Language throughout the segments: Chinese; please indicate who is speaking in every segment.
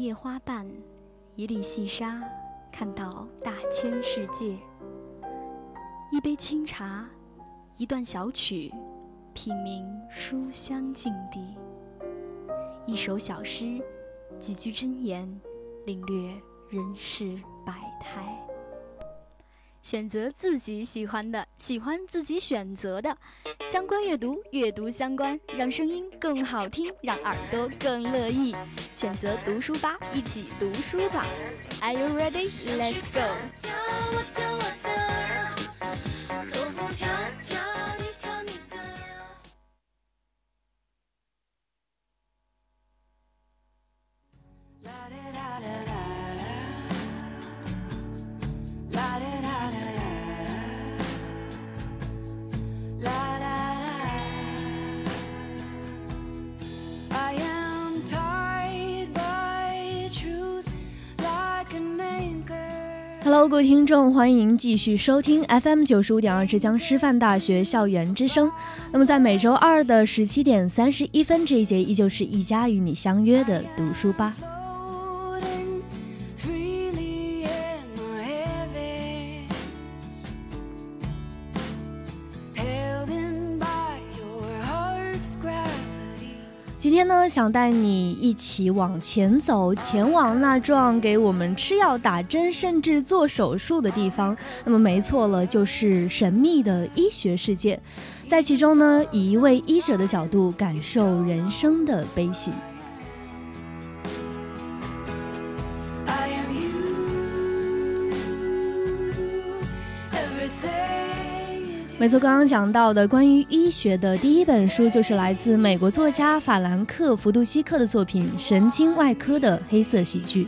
Speaker 1: 叶花瓣，一粒细沙，看到大千世界。一杯清茶，一段小曲，品茗书香境地。一首小诗，几句真言，领略人世百态。选择自己喜欢的，喜欢自己选择的。相关阅读，阅读相关，让声音更好听，让耳朵更乐意。选择读书吧，一起读书吧。Are you ready? Let's go.
Speaker 2: Hello， 各位听众，欢迎继续收听 FM95.2 浙江师范大学校园之声。那么在每周二的17点31分这一节，依旧是一家与你相约的读书吧。今天呢，想带你一起往前走，前往那幢给我们吃药、打针，甚至做手术的地方。那么没错了，就是神秘的医学世界。在其中呢，以一位医者的角度感受人生的悲喜。没错，刚刚讲到的关于医学的第一本书，就是来自美国作家法兰克·福杜西克的作品《神经外科的黑色喜剧》。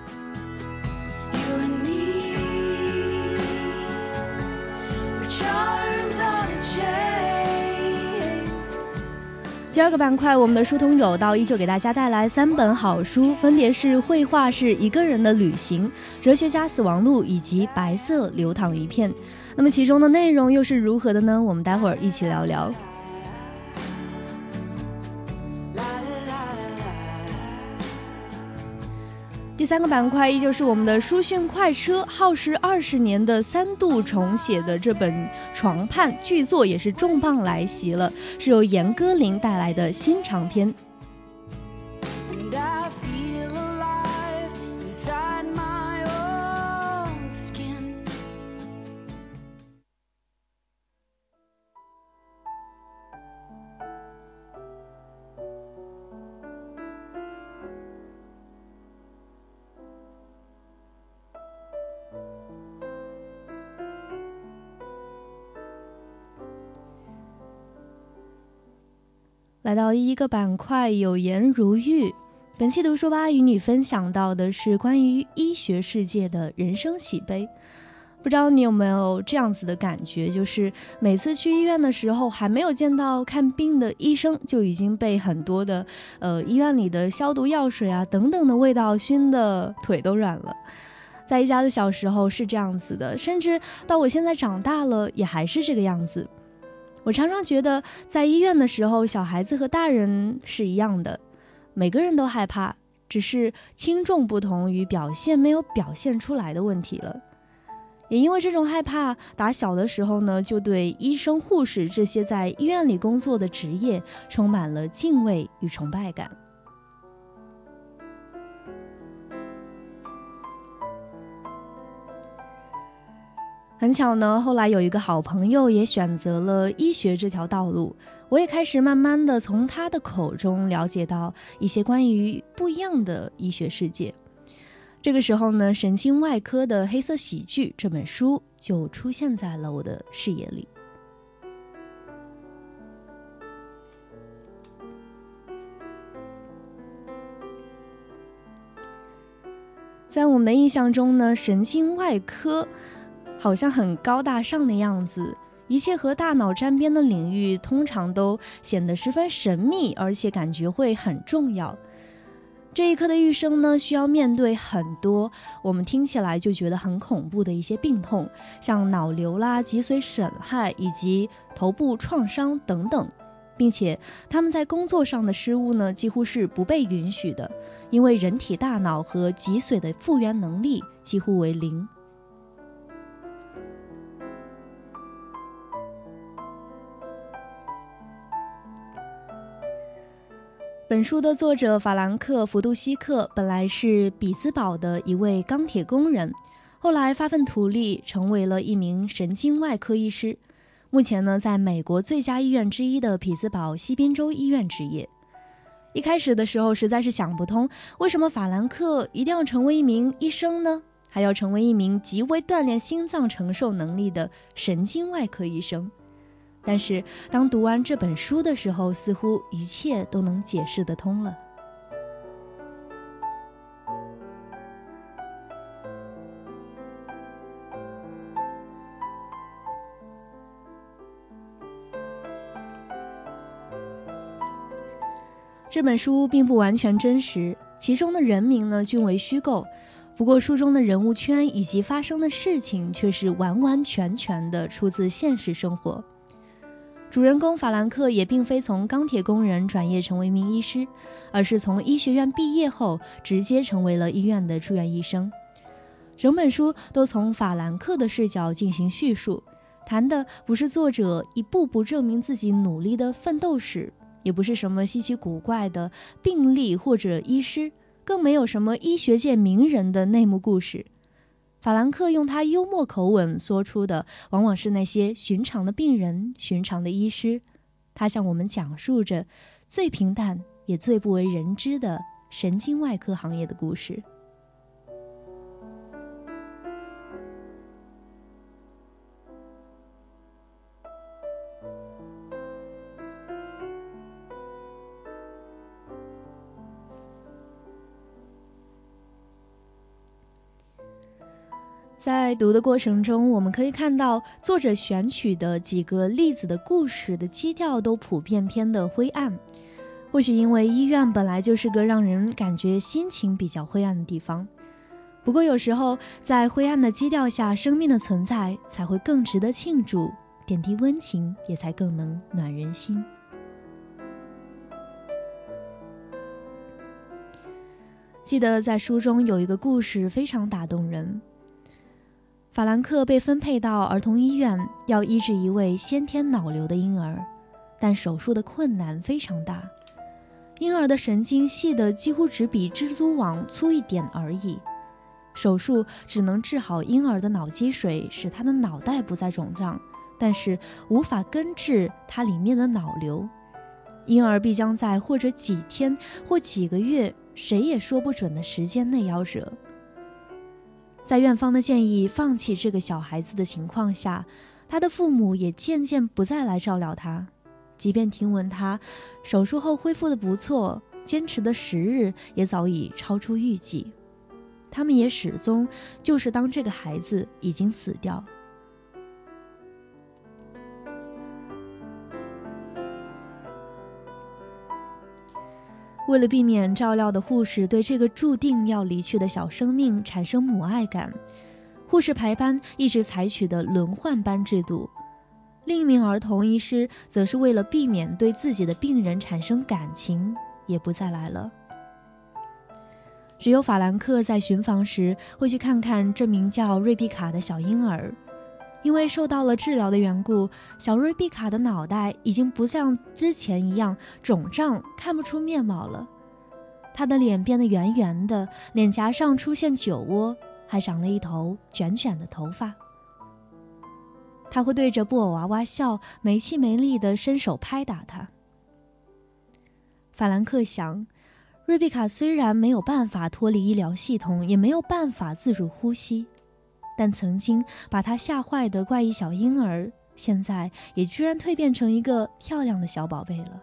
Speaker 2: 第二个板块，我们的书童有道依旧给大家带来3本好书，分别是《绘画是一个人的旅行》、《哲学家死亡录》以及《白色流淌一片》。那么其中的内容又是如何的呢？我们待会儿一起聊聊。第3个板块依旧是我们的书讯快车，耗时20年的3度重写的这本《床畔》巨作也是重磅来袭了，是由严歌苓带来的新长篇。来到第1个板块，有言如玉。本期读书吧与你分享到的是关于医学世界的人生喜悲。不知道你有没有这样子的感觉，就是每次去医院的时候，还没有见到看病的医生，就已经被很多的医院里的消毒药水啊等等的味道熏得腿都软了。在一家的小时候是这样子的，甚至到我现在长大了也还是这个样子。我常常觉得在医院的时候，小孩子和大人是一样的，每个人都害怕，只是轻重不同于表现没有表现出来的问题了。也因为这种害怕，打小的时候呢，就对医生、护士这些在医院里工作的职业充满了敬畏与崇拜感。很巧呢，后来有一个好朋友也选择了医学这条道路，我也开始慢慢的从他的口中了解到一些关于不一样的医学世界。这个时候呢，《神经外科的黑色喜剧》这本书就出现在了我的视野里。在我们的印象中呢，神经外科好像很高大上的样子，一切和大脑沾边的领域通常都显得十分神秘，而且感觉会很重要。这一科的医生呢，需要面对很多我们听起来就觉得很恐怖的一些病痛，像脑瘤啦、脊髓损害以及头部创伤等等。 并且他们在工作上的失误呢，几乎是不被允许的，因为人体大脑和脊髓的复原能力几乎为零。本书的作者法兰克·福杜西克本来是比兹堡的一位钢铁工人，后来发愤图利，成为了一名神经外科医师。目前呢，在美国最佳医院之一的匹兹堡西宾州医院执业。一开始的时候实在是想不通，为什么法兰克一定要成为一名医生呢？还要成为一名极为锻炼心脏承受能力的神经外科医生。但是当读完这本书的时候，似乎一切都能解释得通了。这本书并不完全真实，其中的人名呢均为虚构，不过书中的人物圈以及发生的事情却是完完全全的出自现实生活。主人公法兰克也并非从钢铁工人转业成为一名医师，而是从医学院毕业后直接成为了医院的住院医生。整本书都从法兰克的视角进行叙述，谈的不是作者一步步证明自己努力的奋斗史，也不是什么稀奇古怪的病例或者医师，更没有什么医学界名人的内幕故事。法兰克用他幽默口吻说出的，往往是那些寻常的病人、寻常的医师。他向我们讲述着最平淡也最不为人知的神经外科行业的故事。在读的过程中，我们可以看到作者选取的几个例子的故事的基调都普遍偏的灰暗，或许因为医院本来就是个让人感觉心情比较灰暗的地方。不过有时候在灰暗的基调下，生命的存在才会更值得庆祝，点滴温情也才更能暖人心。记得在书中有一个故事非常打动人。法兰克被分配到儿童医院，要医治一位先天脑瘤的婴儿，但手术的困难非常大。婴儿的神经细得几乎只比蜘蛛网粗一点而已，手术只能治好婴儿的脑积水，使他的脑袋不再肿胀，但是无法根治他里面的脑瘤。婴儿必将在或者几天或几个月，谁也说不准的时间内夭折。在院方的建议放弃这个小孩子的情况下，他的父母也渐渐不再来照料他，即便听闻他手术后恢复得不错，坚持的时日也早已超出预计，他们也始终就是当这个孩子已经死掉。为了避免照料的护士对这个注定要离去的小生命产生母爱感，护士排班一直采取的轮换班制度。另一名儿童医师则是为了避免对自己的病人产生感情，也不再来了。只有法兰克在巡房时会去看看这名叫瑞碧卡的小婴儿，因为受到了治疗的缘故，小瑞碧卡的脑袋已经不像之前一样肿胀，看不出面貌了。她的脸变得圆圆的，脸颊上出现酒窝，还长了一头卷卷的头发。他会对着布偶娃娃笑，没气没力地伸手拍打他。法兰克想，瑞碧卡虽然没有办法脱离医疗系统，也没有办法自主呼吸，但曾经把他吓坏的怪异小婴儿，现在也居然蜕变成一个漂亮的小宝贝了。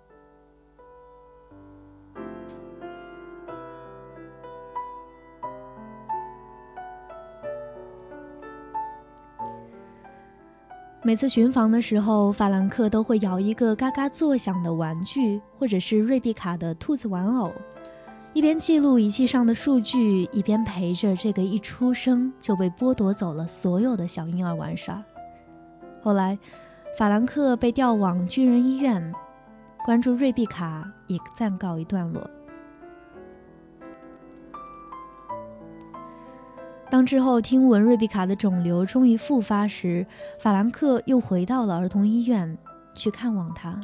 Speaker 2: 每次巡房的时候，法兰克都会咬一个嘎嘎作响的玩具，或者是瑞碧卡的兔子玩偶，一边记录仪器上的数据，一边陪着这个一出生就被剥夺走了所有的小婴儿玩耍。后来法兰克被调往军人医院， 关注瑞碧卡也暂告一段落。当之后听闻瑞碧卡的肿瘤终于复发时，法兰克又回到了儿童医院去看望她。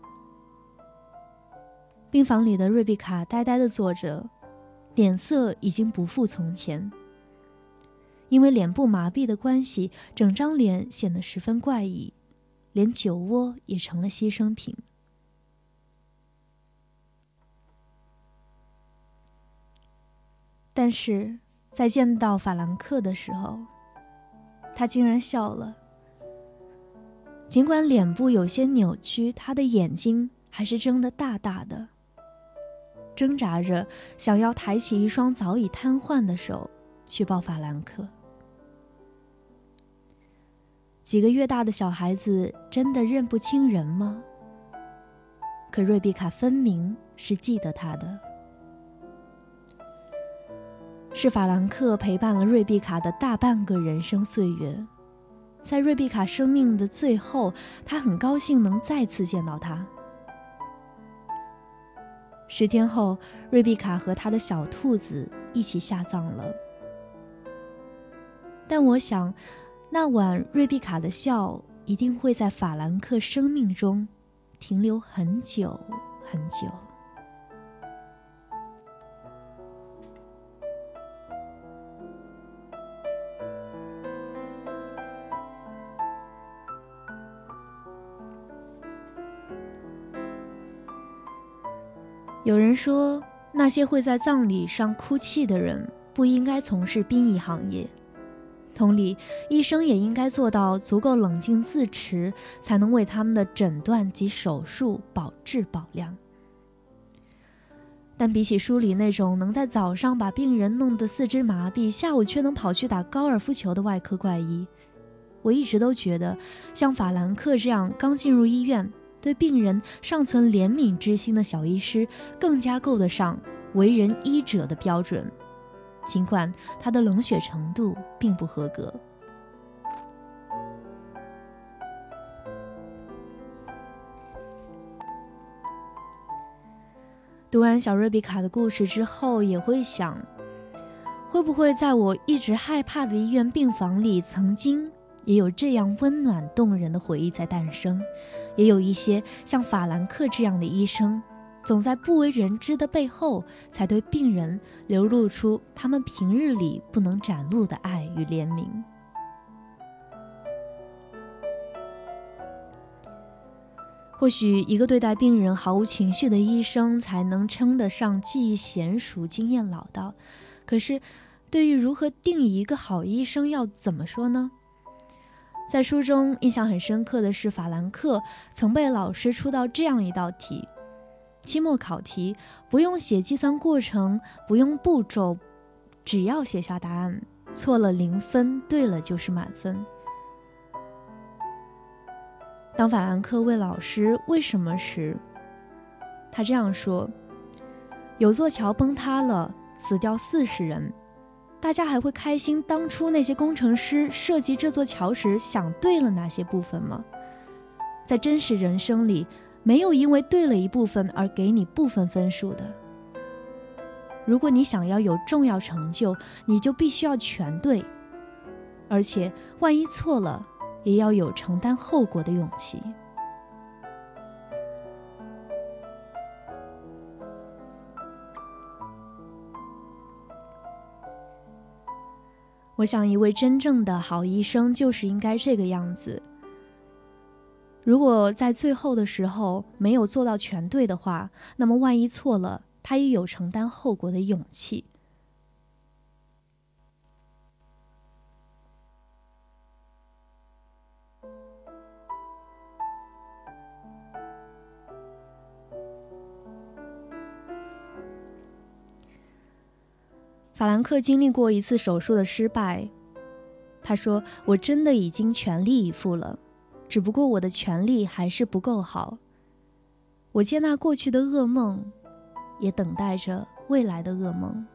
Speaker 2: 病房里的瑞碧卡呆呆地坐着，脸色已经不复从前。因为脸部麻痹的关系，整张脸显得十分怪异，连酒窝也成了牺牲品。但是在见到法兰克的时候，他竟然笑了。尽管脸部有些扭曲，他的眼睛还是睁得大大的，挣扎着想要抬起一双早已瘫痪的手去抱法兰克。几个月大的小孩子真的认不清人吗？可瑞碧卡分明是记得他的。是法兰克陪伴了瑞碧卡的大半个人生岁月，在瑞碧卡生命的最后，他很高兴能再次见到他。10天后，瑞碧卡和他的小兔子一起下葬了。但我想，那晚瑞碧卡的笑一定会在法兰克生命中停留很久很久。有人说，那些会在葬礼上哭泣的人不应该从事殡仪行业。同理，医生也应该做到足够冷静自持，才能为他们的诊断及手术保质保量。但比起书里那种能在早上把病人弄得四肢麻痹，下午却能跑去打高尔夫球的外科怪医，我一直都觉得像法兰克这样刚进入医院，对病人尚存怜悯之心的小医师更加够得上为人医者的标准，尽管他的冷血程度并不合格。读完小瑞比卡的故事之后，也会想，会不会在我一直害怕的医院病房里，曾经也有这样温暖动人的回忆在诞生，也有一些像法兰克这样的医生，总在不为人知的背后，才对病人流露出他们平日里不能展露的爱与怜悯。或许一个对待病人毫无情绪的医生才能称得上技艺娴熟、经验老道，可是对于如何定义一个好医生要怎么说呢？在书中印象很深刻的是，法兰克曾被老师出到这样一道题，期末考题，不用写计算过程，不用步骤，只要写下答案，错了0分，对了就是满分。当法兰克问老师为什么时，他这样说：有座桥崩塌了，死掉40人，大家还会开心当初那些工程师设计这座桥时想对了哪些部分吗？在真实人生里，没有因为对了一部分而给你部分分数的。如果你想要有重要成就，你就必须要全对，而且万一错了，也要有承担后果的勇气。我想一位真正的好医生就是应该这个样子。如果在最后的时候没有做到全对的话，那么万一错了，他也有承担后果的勇气。法兰克经历过一次手术的失败，他说：我真的已经全力以赴了，只不过我的全力还是不够好。我接纳过去的噩梦，也等待着未来的噩梦。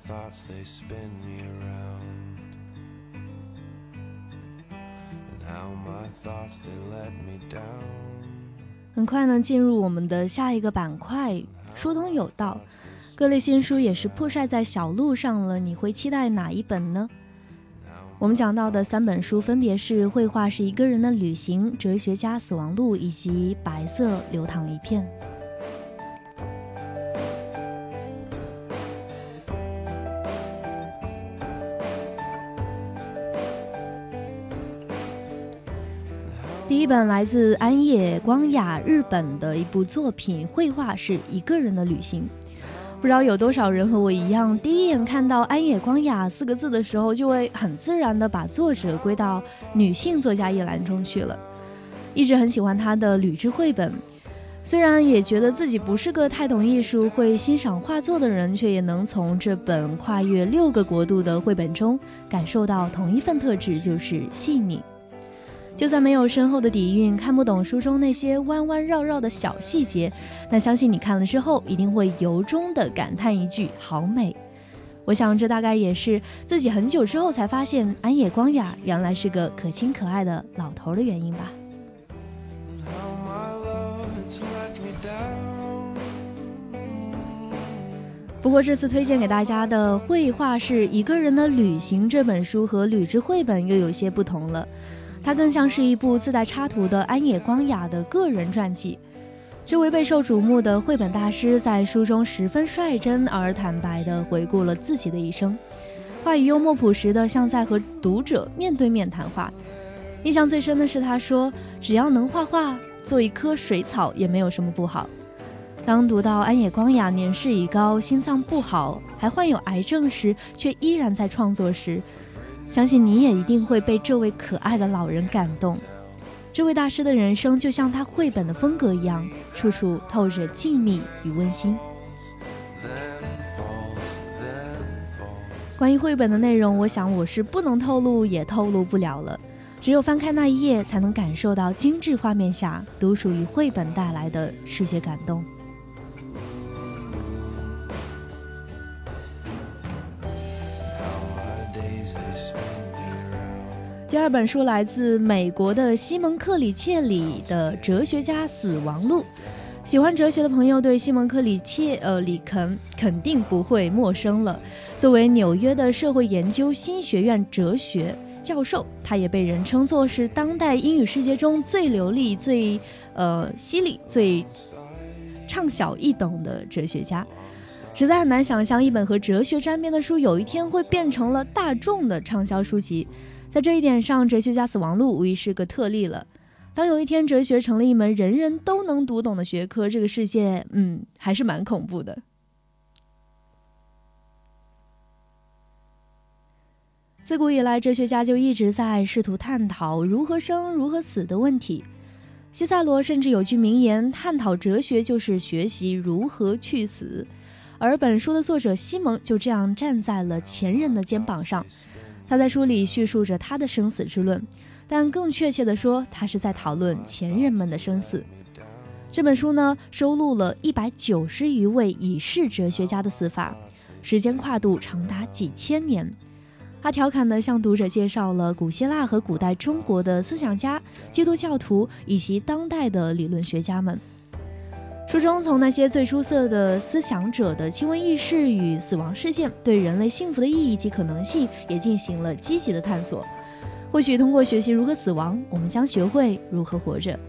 Speaker 3: thoughts they spin me around, and how my thoughts they let me down。
Speaker 2: 很快呢，进入我们的下一个板块，书通有道。各类新书也是铺晒在小路上了，你会期待哪一本呢？我们讲到的3本书分别是《绘画是一个人的旅行》、《哲学家死亡录》以及《白色流淌一片》。第一本来自安野光雅，日本的一部作品《绘画是一个人的旅行》。不知道有多少人和我一样，第一眼看到安野光雅4个字的时候，就会很自然地把作者归到女性作家一栏中去了。一直很喜欢她的旅志绘本，虽然也觉得自己不是个太懂艺术、会欣赏画作的人，却也能从这本跨越6个国度的绘本中感受到同一份特质，就是细腻。就算没有深厚的底蕴，看不懂书中那些弯弯绕绕的小细节，那相信你看了之后一定会由衷的感叹一句好美。我想这大概也是自己很久之后才发现安野光雅原来是个可亲可爱的老头的原因吧。不过这次推荐给大家的《绘画是一个人的旅行》这本书和旅志绘本又有些不同了，它更像是一部自带插图的安野光雅的个人传记。这位备受瞩目的绘本大师在书中十分率真而坦白地回顾了自己的一生，话语幽默朴实的像在和读者面对面谈话。印象最深的是他说，只要能画画，做一棵水草也没有什么不好。当读到安野光雅年事已高，心脏不好，还患有癌症时，却依然在创作时，相信你也一定会被这位可爱的老人感动。这位大师的人生就像他绘本的风格一样，处处透着静谧与温馨。关于绘本的内容，我想我是不能透露也透露不了了，只有翻开那一页，才能感受到精致画面下独属于绘本带来的视觉感动。第二本书来自美国的西蒙克里切里的《哲学家死亡录》。喜欢哲学的朋友对西蒙克里切里肯定不会陌生了。作为纽约的社会研究新学院哲学教授，他也被人称作是当代英语世界中最流利、最犀利、最畅晓易懂的哲学家。实在很难想象一本和哲学沾边的书有一天会变成了大众的畅销书籍。在这一点上，《哲学家死亡录》无疑是个特例了。当有一天哲学成了一门人人都能读懂的学科，这个世界还是蛮恐怖的。自古以来，哲学家就一直在试图探讨如何生如何死的问题。西塞罗甚至有句名言，探讨哲学就是学习如何去死。而本书的作者西蒙就这样站在了前人的肩膀上，他在书里叙述着他的生死之论，但更确切地说，他是在讨论前人们的生死。这本书呢，收录了190余位已逝哲学家的死法，时间跨度长达几千年。他调侃地向读者介绍了古希腊和古代中国的思想家、基督教徒以及当代的理论学家们。书中从那些最出色的思想者的亲闻轶事与死亡事件，对人类幸福的意义及可能性也进行了积极的探索。或许通过学习如何死亡，我们将学会如何活着。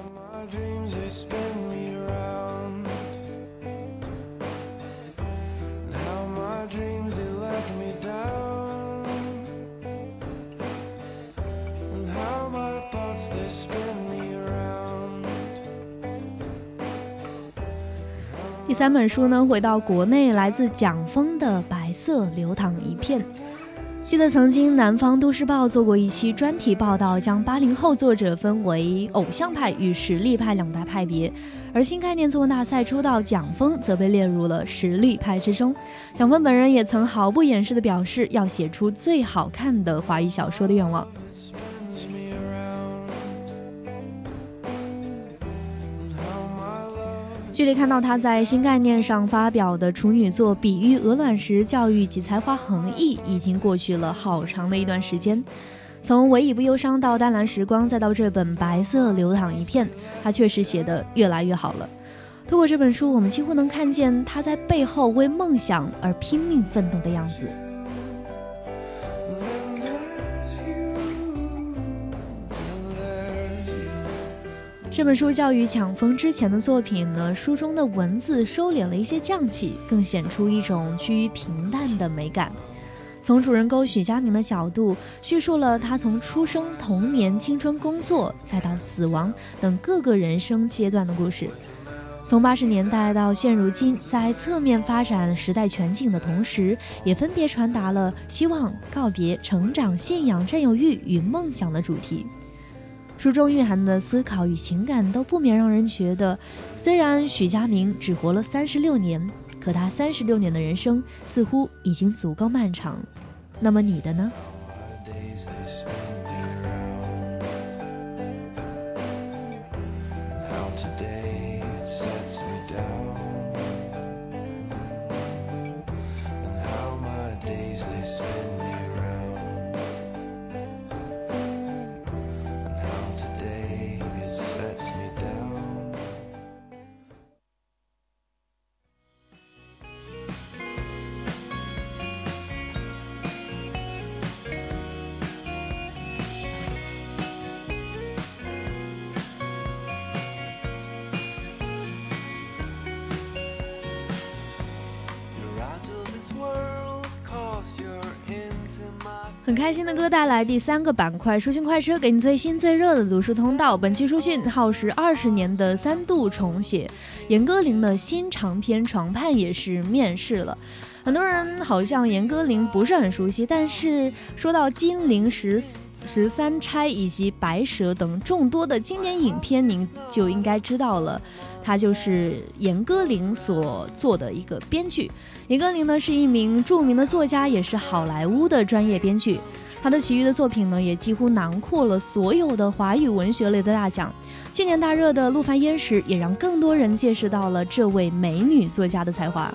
Speaker 2: 第三本书呢，回到国内，来自蒋峰的《白色流淌一片》。记得曾经南方都市报做过一期专题报道，将80后作者分为偶像派与实力派2大派别，而新概念作文大赛出道蒋峰则被列入了实力派之中。蒋峰本人也曾毫不掩饰地表示要写出最好看的华语小说的愿望。 距离看到他在新概念上发表的处女作《比喻鹅卵石教育及才华横溢》已经过去了好长的一段时间。从唯一不忧伤到淡蓝时光，再到这本白色流淌一片，他确实写得越来越好了。透过这本书，我们几乎能看见他在背后为梦想而拼命奋斗的样子。这本书较于抢风之前的作品呢，书中的文字收敛了一些匠气，更显出一种趋于平淡的美感。从主人公许佳明的角度，叙述了他从出生、童年、青春、工作，再到死亡等各个人生阶段的故事。从80年代到现如今，在侧面发展时代全景的同时，也分别传达了希望、告别、成长、信仰、占有欲与梦想的主题。书中蕴含的思考与情感都不免让人觉得，虽然许佳明只活了36年，可他36年的人生似乎已经足够漫长。那么你的呢？很开心的歌带来第3个板块，书讯快车，给你最新最热的读书通道。本期书讯耗时20年的3度重写，严歌苓的新长篇《床畔》也是面世了。很多人好像严歌苓不是很熟悉，但是说到金陵13钗以及白蛇等众多的经典影片，您就应该知道了，他就是严歌苓所做的一个编剧。严歌苓呢是一名著名的作家，也是好莱坞的专业编剧。他的其余的作品呢，也几乎囊括了所有的华语文学类的大奖。去年大热的《陆凡烟识》也让更多人见识到了这位美女作家的才华。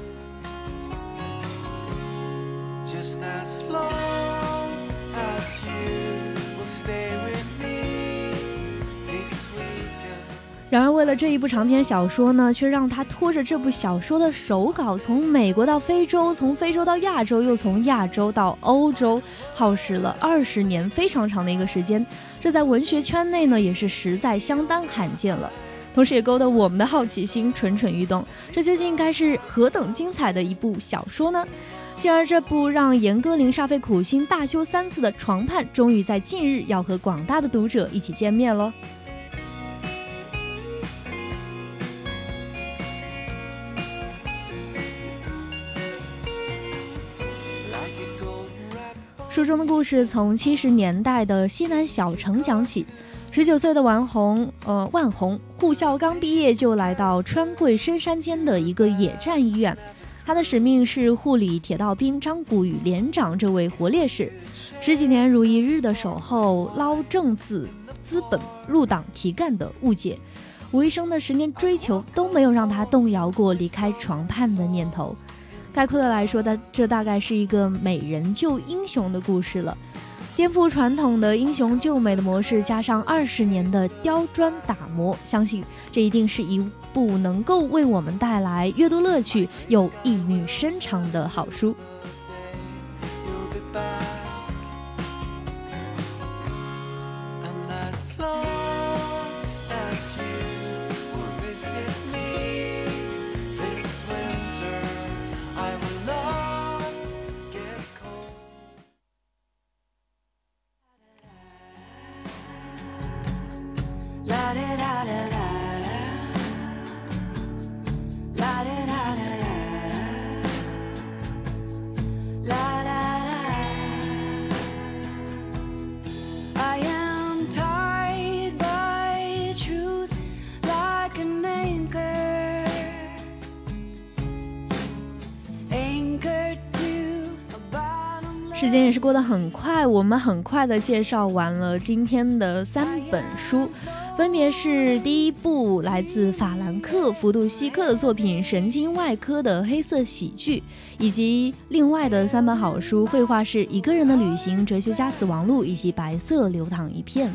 Speaker 2: 然而为了这一部长篇小说呢，却让他拖着这部小说的手稿从美国到非洲，从非洲到亚洲，又从亚洲到欧洲，耗时了20年，非常长的一个时间。这在文学圈内呢，也是实在相当罕见了，同时也勾得我们的好奇心蠢蠢欲动，这究竟该是何等精彩的一部小说呢？继而这部让严歌苓煞费苦心大修3次的《床畔》，终于在近日要和广大的读者一起见面了。书中的故事从70年代的西南小城讲起。19岁的万红护校刚毕业就来到川贵深山间的一个野战医院，他的使命是护理铁道兵张谷与连长这位活烈士。10几年如一日的守候，捞政资本入党提干的误解，吴一生的10年追求都没有让他动摇过离开床畔的念头。概括的来说，这大概是一个美人救英雄的故事了。颠覆传统的英雄救美的模式，加上20年的刁钻打磨，相信这一定是一部能够为我们带来阅读乐趣又意蕴深长的好书。时间也是过得很快，我们很快的介绍完了今天的3本书。 分别是第一部来自法兰克福杜希克的作品《神经外科的黑色喜剧》，以及另外的3本好书，绘画是《一个人的旅行》、《哲学家死亡录》以及《白色流淌一片》。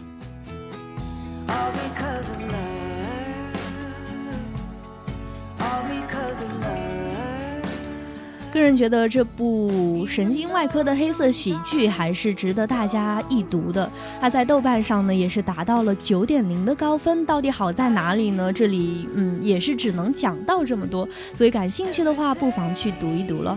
Speaker 2: 个人觉得这部神经外科的黑色喜剧还是值得大家一读的。它在豆瓣上呢也是达到了9.0的高分，到底好在哪里呢？这里也是只能讲到这么多，所以感兴趣的话不妨去读一读了。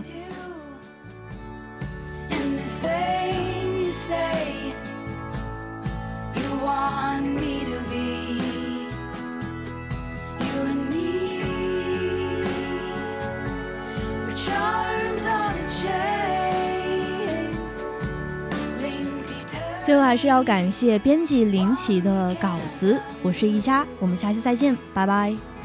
Speaker 2: 最后还是要感谢编辑林奇的稿子，我是一佳，我们下期再见，拜拜。